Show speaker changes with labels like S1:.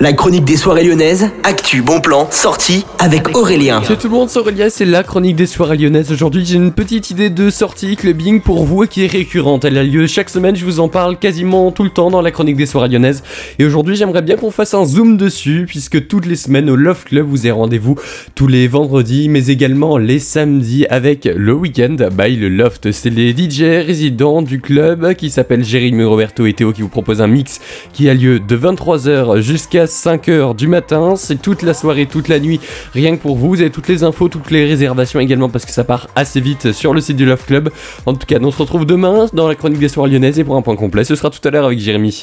S1: La chronique des soirées lyonnaises, actu, bon plan, sortie avec Aurélien.
S2: Salut tout le monde, c'est Aurélien, c'est la chronique des soirées lyonnaises. Aujourd'hui j'ai une petite idée de sortie clubbing pour vous qui est récurrente. Elle a lieu chaque semaine, je vous en parle quasiment tout le temps dans la chronique des soirées lyonnaises. Et aujourd'hui j'aimerais bien qu'on fasse un zoom dessus, puisque toutes les semaines au Love Club vous avez rendez-vous tous les vendredis, mais également les samedis avec le Weekend by le Loft. C'est les DJ résidents du club qui s'appellent Jérémy, Roberto et Théo qui vous proposent un mix qui a lieu de 23h jusqu'à 5h du matin. C'est toute la soirée, toute la nuit, rien que pour vous. Vous avez toutes les infos, toutes les réservations également, parce que ça part assez vite sur le site du Love Club. En tout cas, on se retrouve demain dans la chronique des soirées lyonnaises, et pour un point complet, ce sera tout à l'heure avec Jérémy.